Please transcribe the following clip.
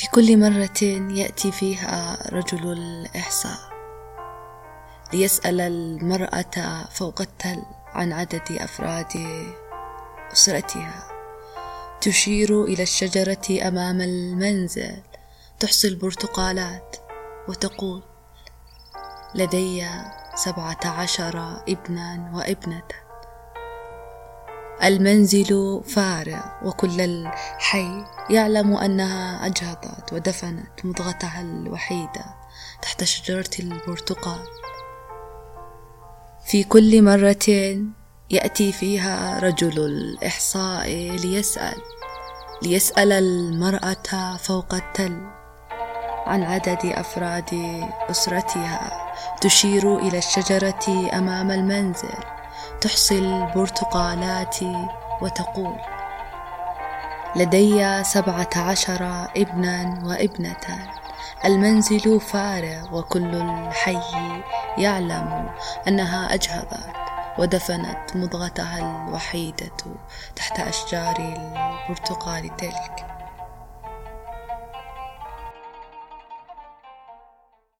في كل مرة يأتي فيها رجل الإحصاء ليسأل المرأة فوق التل عن عدد أفراد أسرتها، تشير إلى الشجرة أمام المنزل تحصي البرتقالات وتقول: لدي 17 ابنا وابنة. المنزل فارغ وكل الحي يعلم أنها أجهضت ودفنت مضغتها الوحيدة تحت شجرة البرتقال. في كل مرة يأتي فيها رجل الإحصاء ليسأل المرأة فوق التل عن عدد أفراد أسرتها، تشير إلى الشجرة أمام المنزل تحصي البرتقالات وتقول: لدي 17 ابنا وابنة. المنزل فارغ وكل الحي يعلم أنها أجهضت ودفنت مضغتها الوحيدة تحت أشجار البرتقال تلك.